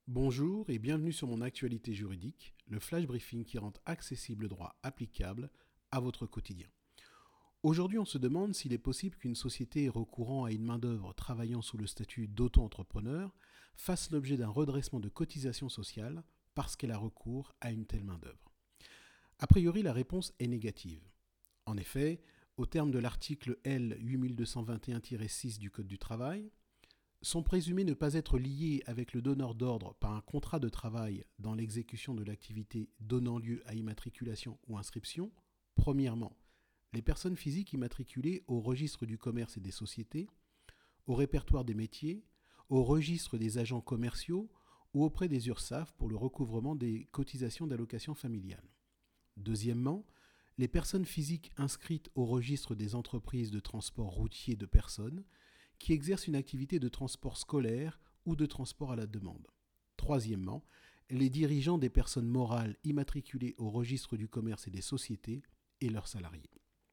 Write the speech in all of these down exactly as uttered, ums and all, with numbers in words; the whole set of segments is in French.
Bonjour et bienvenue sur mon actualité juridique, le flash briefing qui rend accessible le droit applicable à votre quotidien. Aujourd'hui, on se demande s'il est possible qu'une société recourant à une main-d'œuvre travaillant sous le statut d'auto-entrepreneur fasse l'objet d'un redressement de cotisation sociale parce qu'elle a recours à une telle main-d'œuvre. A priori, la réponse est négative. En effet, au terme de l'article L huit mille deux cent vingt et un tiret six du Code du travail, sont présumés ne pas être liés avec le donneur d'ordre par un contrat de travail dans l'exécution de l'activité donnant lieu à immatriculation ou inscription, premièrement, les personnes physiques immatriculées au registre du commerce et des sociétés, au répertoire des métiers, au registre des agents commerciaux ou auprès des URSSAF pour le recouvrement des cotisations d'allocation familiale. Deuxièmement, les personnes physiques inscrites au registre des entreprises de transport routier de personnes qui exercent une activité de transport scolaire ou de transport à la demande. Troisièmement, les dirigeants des personnes morales immatriculées au registre du commerce et des sociétés et leurs salariés.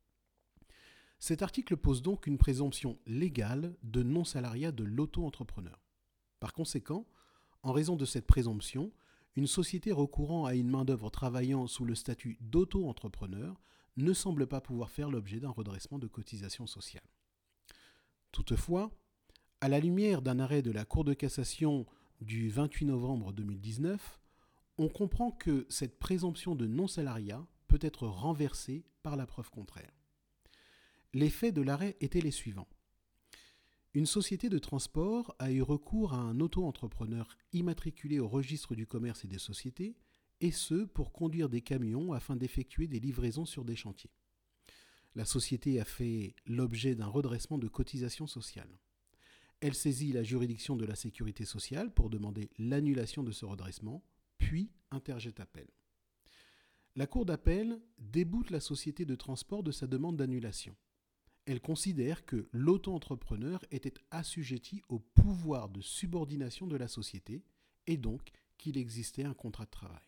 Cet article pose donc une présomption légale de non-salariat de l'auto-entrepreneur. Par conséquent, en raison de cette présomption, une société recourant à une main-d'œuvre travaillant sous le statut d'auto-entrepreneur ne semble pas pouvoir faire l'objet d'un redressement de cotisation sociale. Toutefois, à la lumière d'un arrêt de la Cour de cassation du vingt-huit novembre deux mille dix-neuf, on comprend que cette présomption de non-salariat peut être renversée par la preuve contraire. Les faits de l'arrêt étaient les suivants. Une société de transport a eu recours à un auto-entrepreneur immatriculé au registre du commerce et des sociétés, et ce pour conduire des camions afin d'effectuer des livraisons sur des chantiers. La société a fait l'objet d'un redressement de cotisation sociale. Elle saisit la juridiction de la sécurité sociale pour demander l'annulation de ce redressement, puis interjette appel. La Cour d'appel déboute la société de transport de sa demande d'annulation. Elle considère que l'auto-entrepreneur était assujetti au pouvoir de subordination de la société et donc qu'il existait un contrat de travail.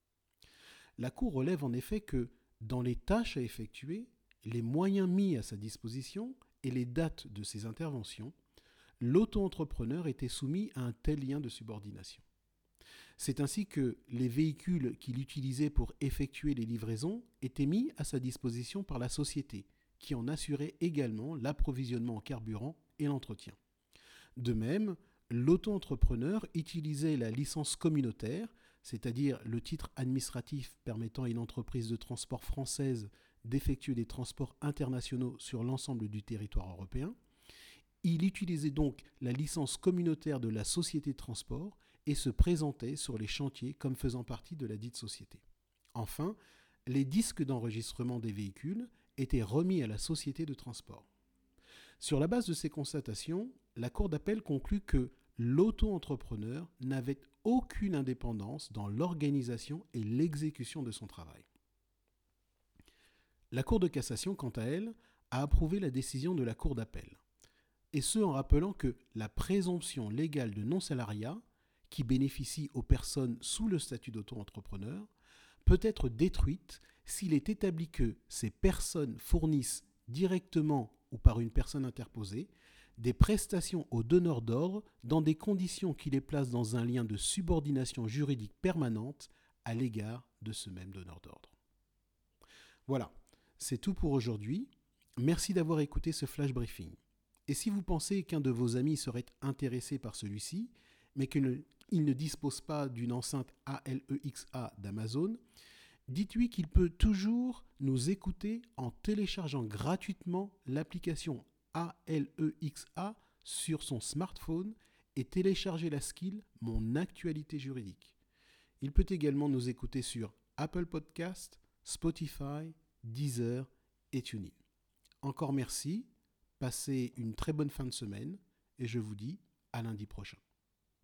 La Cour relève en effet que, dans les tâches à effectuer, les moyens mis à sa disposition et les dates de ses interventions, l'auto-entrepreneur était soumis à un tel lien de subordination. C'est ainsi que les véhicules qu'il utilisait pour effectuer les livraisons étaient mis à sa disposition par la société, qui en assurait également l'approvisionnement en carburant et l'entretien. De même, l'auto-entrepreneur utilisait la licence communautaire, c'est-à-dire le titre administratif permettant à une entreprise de transport française d'effectuer des transports internationaux sur l'ensemble du territoire européen. Il utilisait donc la licence communautaire de la société de transport et se présentait sur les chantiers comme faisant partie de la dite société. Enfin, les disques d'enregistrement des véhicules étaient remis à la société de transport. Sur la base de ces constatations, la Cour d'appel conclut que l'auto-entrepreneur n'avait aucune indépendance dans l'organisation et l'exécution de son travail. La Cour de cassation, quant à elle, a approuvé la décision de la Cour d'appel, et ce en rappelant que la présomption légale de non-salariat, qui bénéficie aux personnes sous le statut d'auto-entrepreneur, peut être détruite s'il est établi que ces personnes fournissent directement ou par une personne interposée des prestations aux donneurs d'ordre dans des conditions qui les placent dans un lien de subordination juridique permanente à l'égard de ce même donneur d'ordre. Voilà, c'est tout pour aujourd'hui. Merci d'avoir écouté ce flash briefing. Et si vous pensez qu'un de vos amis serait intéressé par celui-ci, mais qu'il ne, il ne dispose pas d'une enceinte Alexa d'Amazon, dites-lui qu'il peut toujours nous écouter en téléchargeant gratuitement l'application Alexa sur son smartphone et télécharger la skill Mon actualité juridique. Il peut également nous écouter sur Apple Podcast, Spotify, Deezer et TuneIn. Encore merci, passez une très bonne fin de semaine et je vous dis à lundi prochain.